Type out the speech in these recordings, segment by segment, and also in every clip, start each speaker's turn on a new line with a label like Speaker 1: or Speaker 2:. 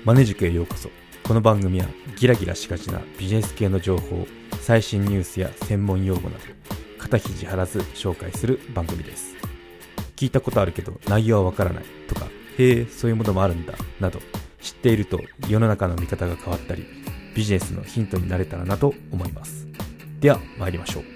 Speaker 1: マネ塾へようこそ。この番組はギラギラしがちなビジネス系の情報、最新ニュースや専門用語など肩肘張らず紹介する番組です。聞いたことあるけど内容はわからないとか、へえそういうものもあるんだなど、知っていると世の中の見方が変わったり、ビジネスのヒントになれたらなと思います。では参りましょう。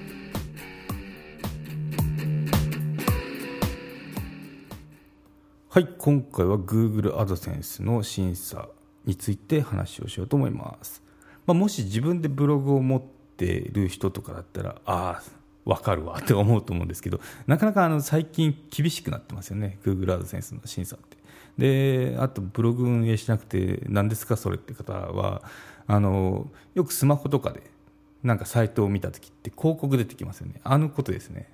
Speaker 1: はい、今回は Google AdSense の審査について話をしようと思います。もし自分でブログを持っている人とかだったら、わかるわって思うと思うんですけど、なかなか最近厳しくなってますよね、 Google AdSense の審査って。で、あとブログ運営しなくて何ですかそれって方は、よくスマホとかでなんかサイトを見たときって広告出てきますよね。ことですね。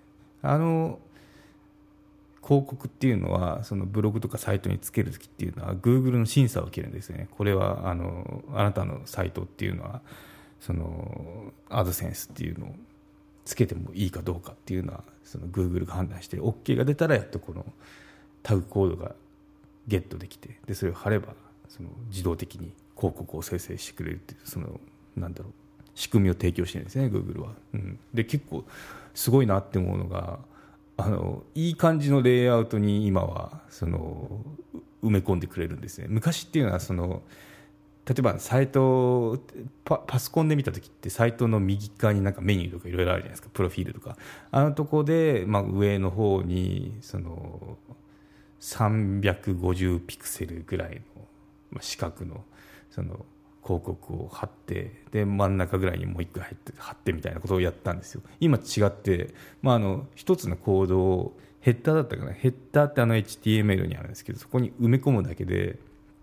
Speaker 1: 広告っていうのはそのブログとかサイトにつけるときっていうのは Google の審査を受けるんですね。これはあなたのサイトっていうのはその AdSense っていうのをつけてもいいかどうかっていうのはその Google が判断して OK が出たらやっとこのタグコードがゲットできて、でそれを貼ればその自動的に広告を生成してくれるっていうその仕組みを提供してるんですね Google は。で結構すごいなって思うのがいい感じのレイアウトに今は埋め込んでくれるんですね。昔っていうのは例えばサイトパソコンで見た時ってサイトの右側になんかメニューとかいろいろあるじゃないですか、プロフィールとか。とこで、上の方に350ピクセルぐらいの四角の広告を貼って、で真ん中ぐらいにもう一個貼ってみたいなことをやったんですよ。今違って、一つのコードをヘッダーだったかな、ヘッダーって HTML にあるんですけど、そこに埋め込むだけで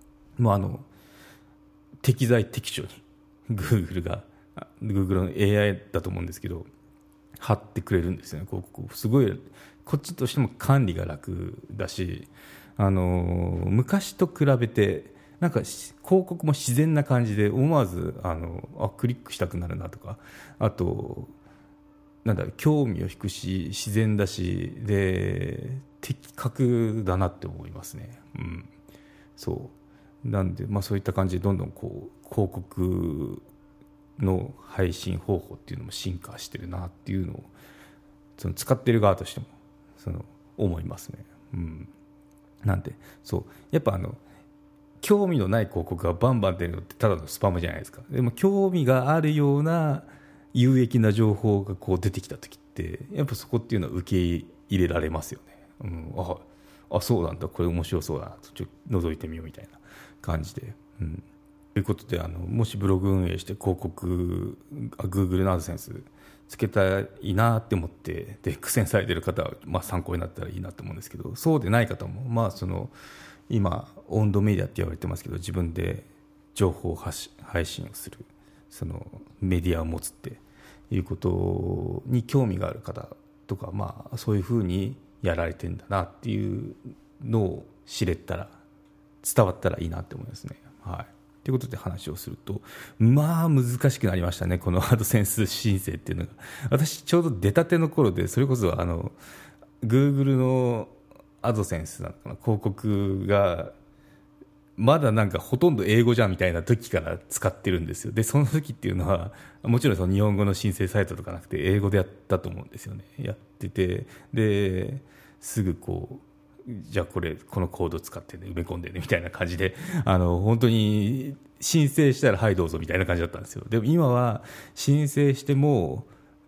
Speaker 1: 適材適所に Google の AI だと思うんですけど貼ってくれるんですよね、広告を。すごいこっちとしても管理が楽だし、昔と比べてなんか広告も自然な感じで思わずクリックしたくなるなとか、あと興味を引くし自然だしで的確だなって思いますね。そうなんで、そういった感じでどんどん広告の配信方法っていうのも進化してるなっていうのを使ってる側としても思いますね。なんでやっぱ興味のない広告がバンバン出るのってただのスパムじゃないですか。でも興味があるような有益な情報が出てきた時ってやっぱそこっていうのは受け入れられますよね。そうなんだ、これ面白そうだなとちょっと覗いてみようみたいな感じで。ということでもしブログ運営して広告Google の AdSense つけたいなって思ってで苦戦されている方は、参考になったらいいなと思うんですけど、そうでない方も今温度メディアって言われてますけど、自分で情報配信をするメディアを持つっていうことに興味がある方とか、そういうふうにやられてんだなっていうのを伝わったらいいなって思いますね。ということで話をすると難しくなりましたね、このアドセンス申請っていうのが。私ちょうど出たての頃で、それこそGoogle のアドセンスなのかな、広告がまだほとんど英語じゃんみたいな時から使ってるんですよ。でその時っていうのはもちろん日本語の申請サイトとかなくて英語でやったと思うんですよね。やってて、ですぐじゃあこのコード使ってね、埋め込んでねみたいな感じで本当に申請したらはいどうぞみたいな感じだったんですよ。でも今は申請しても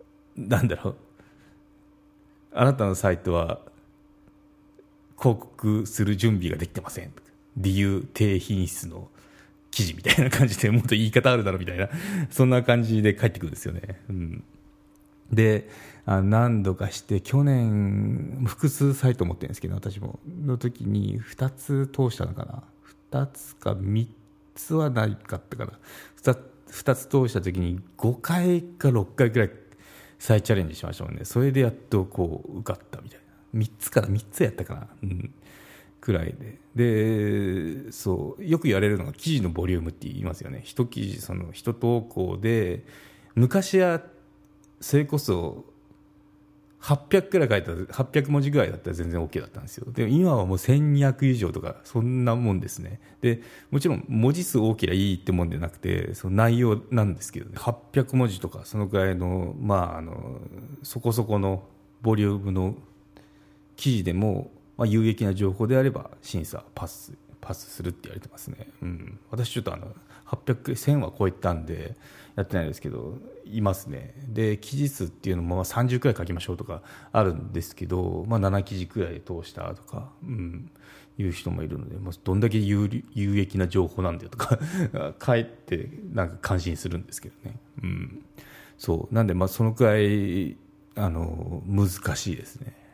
Speaker 1: あなたのサイトは広告する準備ができてません、理由低品質の記事みたいな感じで、もっと言い方あるだろみたいな、そんな感じで返ってくるんですよね。で何度かして去年複数サイト持ってるんですけど、私もの時に2つ通したのかな、2つか3つはないかったかな、2つ通した時に5回か6回くらい再チャレンジしましたもんね。それでやっと受かったみたいな、3つやったかな、くらいで、よく言われるのが記事のボリュームって言いますよね。一記事一投稿で昔はそれこそ 800くらい書いたら800文字ぐらいだったら全然 OK だったんですよ。でも今はもう1200以上とかそんなもんですね。でもちろん文字数多ければいいってもんじゃなくて、その内容なんですけどね、800文字とかそのぐらいの、そこそこのボリュームの記事でも、有益な情報であれば審査パスするって言われてますね。私ちょっと800、1000は超えたんでやってないですけどいますね。で記事数っていうのも30くらい書きましょうとかあるんですけど、7記事くらいで通したとか、いう人もいるので、どんだけ有益な情報なんだよとかかえってなんか感心するんですけどね。そうなんでそのくらい難しいですね。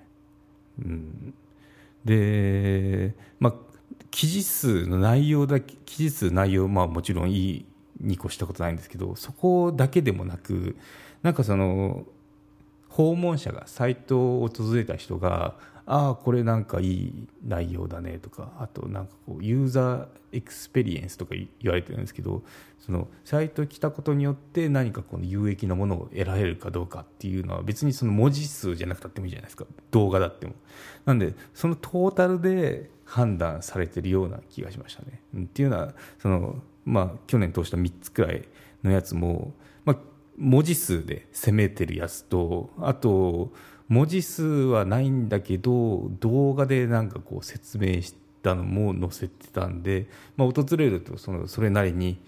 Speaker 1: で記事数の内容内容もちろんいいに越したことないんですけど、そこだけでもなく、なんかその訪問者がサイトを訪れた人がこれなんかいい内容だねとか、あとなんかこうユーザーエクスペリエンスとか言われてるんですけど、そのサイトに来たことによって何かこの有益なものを得られるかどうかっていうのは別にその文字数じゃなくたってもいいじゃないですか、動画だっても。なんでそのトータルで判断されてるような気がしましたね。っていうのは去年通した3つくらいのやつも、文字数で攻めてるやつと、あと文字数はないんだけど動画でなんかこう説明したのも載せてたんで、訪れるとそれなりに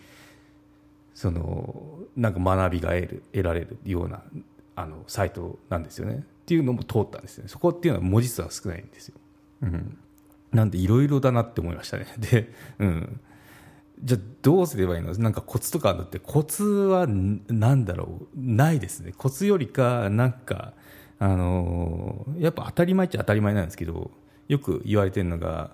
Speaker 1: なんか学びが得られるようなサイトなんですよねっていうのも通ったんですよね。そこっていうのは文字数は少ないんですよ。なんでいろいろだなって思いましたね。で、じゃあどうすればいいの、なんかコツとかあるのって、コツはなんだろう、ないですね。コツよりかなんかやっぱ当たり前っちゃ当たり前なんですけど、よく言われてるのが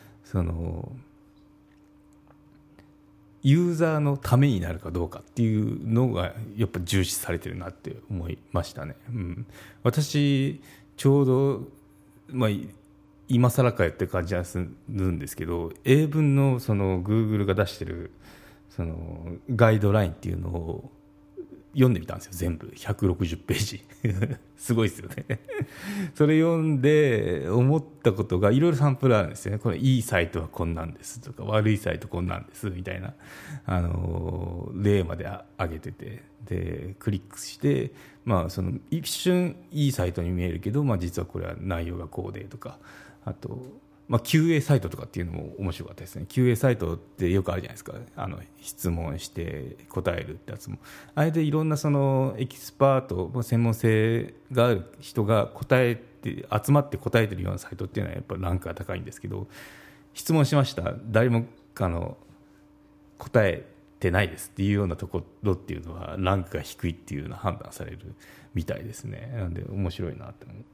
Speaker 1: ユーザーのためになるかどうかっていうのがやっぱ重視されてるなって思いましたね。私ちょうど、今更かよって感じはするんですけど、英文のGoogle が出してるガイドラインっていうのを読んでみたんですよ。全部160ページすごいですよねそれ読んで思ったことがいろいろサンプルあるんですよね。これいいサイトはこんなんですとか、悪いサイトこんなんですみたいな、例まで挙げてて、でクリックして、一瞬いいサイトに見えるけど、実はこれは内容がこうでとか、あとQA サイトとかっていうのも面白かったですね。QA サイトってよくあるじゃないですか。質問して答えるってやつも、あれでいろんなエキスパート、専門性がある人が集まって答えてるようなサイトっていうのはやっぱランクが高いんですけど、質問しました、誰も答えてないですっていうようなところっていうのはランクが低いっていうような判断されるみたいですね。なんで面白いなって思って、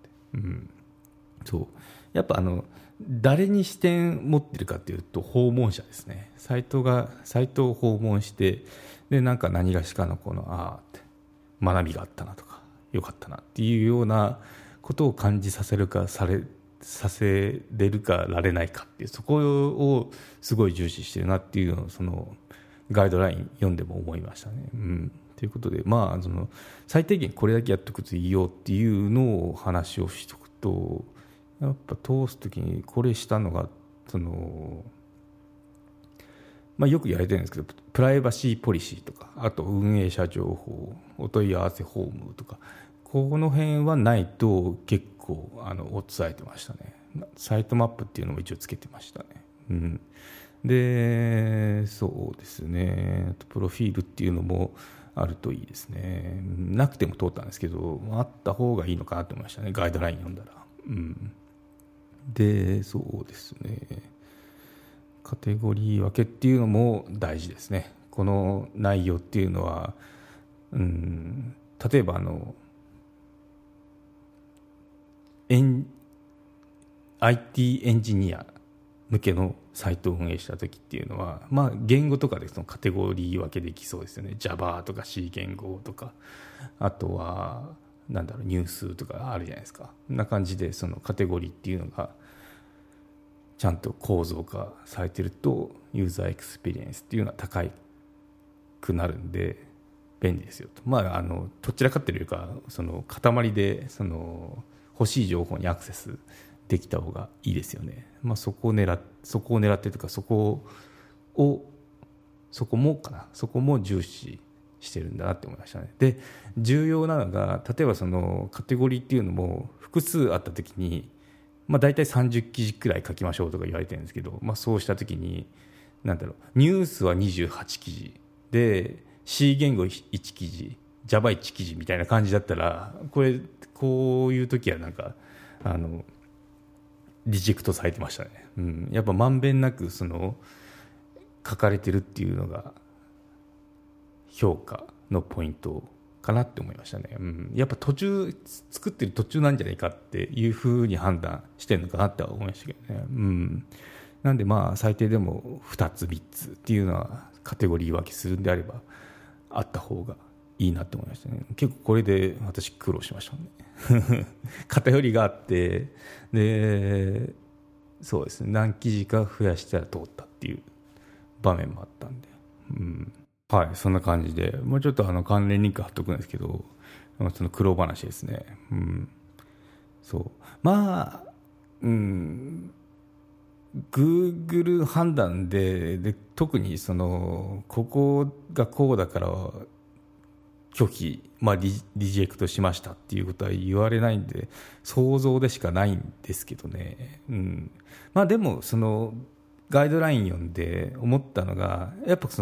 Speaker 1: そうやっぱ誰に視点持ってるかっていうと訪問者ですね。サイトを訪問して、でなんか何がしかのって学びがあったなとか良かったなっていうようなことを感じさせれるかられないかっていう、そこをすごい重視してるなっていうのをガイドライン読んでも思いましたね。ということで、最低限これだけやっとくといいよっていうのを話をしとくと、やっぱ通すときにこれしたのがよく言われてるんですけど、プライバシーポリシーとか、あと運営者情報、お問い合わせフォームとか、この辺はないと結構落とされてましたね。サイトマップっていうのも一応つけてましたね。でそうですね、あとプロフィールっていうのもあるといいですね。なくても通ったんですけど、あった方がいいのかなと思いましたね、ガイドライン読んだら。でそうですね、カテゴリー分けっていうのも大事ですね。この内容っていうのは、例えばIT エンジニア向けのサイトを運営した時っていうのは、言語とかでそのカテゴリー分けできそうですよね。 Java とか C 言語とか、あとはニュースとかあるじゃないですか。こんな感じでそのカテゴリーっていうのがちゃんと構造化されてるとユーザーエクスペリエンスっていうのは高くなるんで便利ですよと。どちらかっていうか塊で欲しい情報にアクセスできた方がいいですよね。そこを狙ってというか、そこも重視してるんだなって思いましたね。で、重要なのが、例えばそのカテゴリーっていうのも複数あった時に、大体30記事くらい書きましょうとか言われてるんですけど、そうした時にニュースは28記事で C 言語1記事 Java1 記事みたいな感じだったら、こういう時はリジェクトされてましたね。やっぱまんべんなくその書かれてるっていうのが評価のポイントかなって思いましたね。やっぱ作ってる途中なんじゃないかっていうふうに判断してるのかなって思いましたけどね。なんで最低でも2つ3つっていうのはカテゴリー分けするんであればあった方がいいなって思いましたね。結構これで私苦労しましたね。偏りがあって、でそうですね、何記事か増やしたら通ったっていう場面もあったんで、はい、そんな感じで、もうちょっと関連リンク貼っとくんですけど、その苦労話ですね。Google 判断で特にここがこうだから拒否、リジェクトしましたっていうことは言われないんで、想像でしかないんですけどね。でもそのガイドライン読んで思ったのが、やっぱ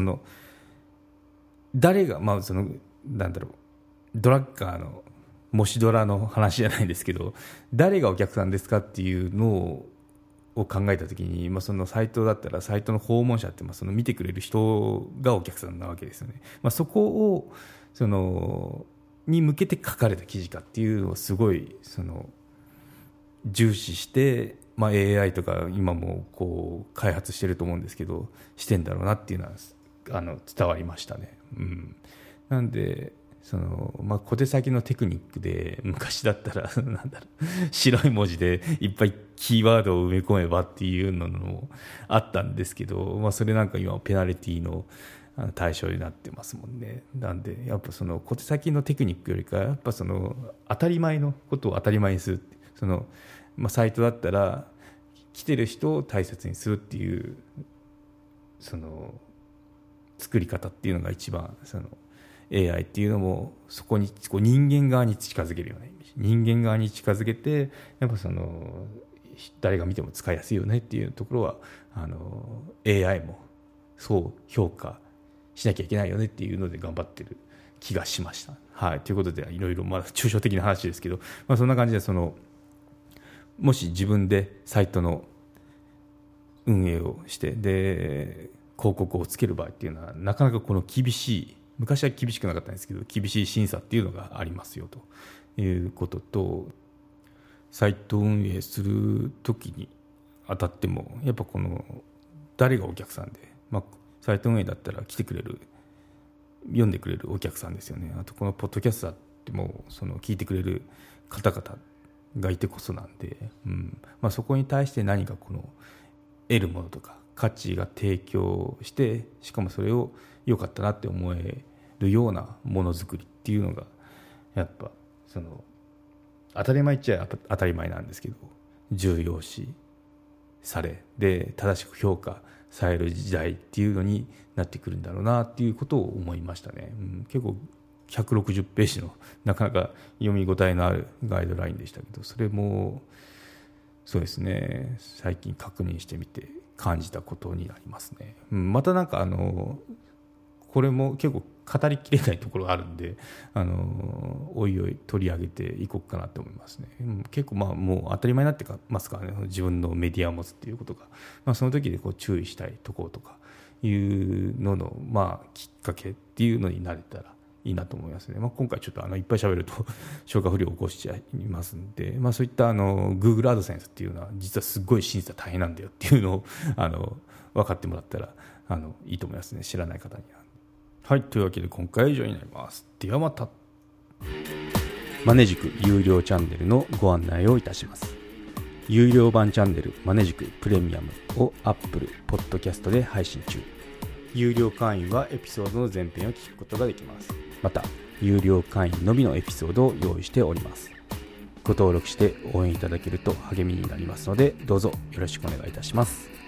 Speaker 1: 誰がドラッカーの模試ドラの話じゃないですけど、誰がお客さんですかっていうのを考えたときに、そのサイトだったらサイトの訪問者って見てくれる人がお客さんなわけですよね。そこをに向けて書かれた記事かっていうのをすごい重視して、AI とか今も開発してると思うんですけど、してんだろうなっていうのは伝わりましたね。なんで小手先のテクニックで、昔だったら白い文字でいっぱいキーワードを埋め込めばっていうのもあったんですけど、それなんか今ペナルティの対象になってますもんね。なんでやっぱ小手先のテクニックよりか、やっぱ当たり前のことを当たり前にする、サイトだったら来てる人を大切にするっていう作り方っていうのが一番AI っていうのもそこに人間側に近づけるようなイメージ、人間側に近づけて、やっぱ誰が見ても使いやすいよねっていうところはAI もそう評価しなきゃいけないよねっていうので頑張ってる気がしました。はい、ということでいろいろ抽象的な話ですけど、そんな感じでもし自分でサイトの運営をして、で広告をつける場合っていうのはなかなか厳しい、昔は厳しくなかったんですけど厳しい審査っていうのがありますよということと、サイト運営する時にあたってもやっぱ誰がお客さんで、サイト運営だったら来てくれる、読んでくれるお客さんですよね。あとこのポッドキャストだっても聞いてくれる方々がいてこそなんで、そこに対して何か得るものとか価値が提供して、しかもそれを良かったなって思えるようなものづくりっていうのがやっぱ当たり前っちゃ当たり前なんですけど、重要視されで正しく評価される時代っていうのになってくるんだろうなっていうことを思いましたね。結構160ページのなかなか読み応えのあるガイドラインでしたけど、それもそうですね、最近確認してみて感じたことになりますね。またこれも結構語りきれないところがあるんで、おいおい取り上げていこうかなと思いますね。結構もう当たり前になってますからね、自分のメディアを持つっていうことが、その時で注意したいところとかいうののきっかけっていうのになれたらいいなと思いますね。今回ちょっといっぱい喋ると消化不良を起こしちゃいますんで、そういったGoogle AdSense っていうのは実はすごい審査大変なんだよっていうのを分かってもらったらいいと思いますね、知らない方には。はい、というわけで今回は以上になります。ではまた。マネジク有料チャンネルのご案内をいたします。有料版チャンネルマネジクプレミアムを Apple Podcast で配信中。有料会員はエピソードの前編を聞くことができます。また有料会員のみのエピソードを用意しております。 ご登録して応援いただけると励みになりますので、どうぞよろしくお願いいたします。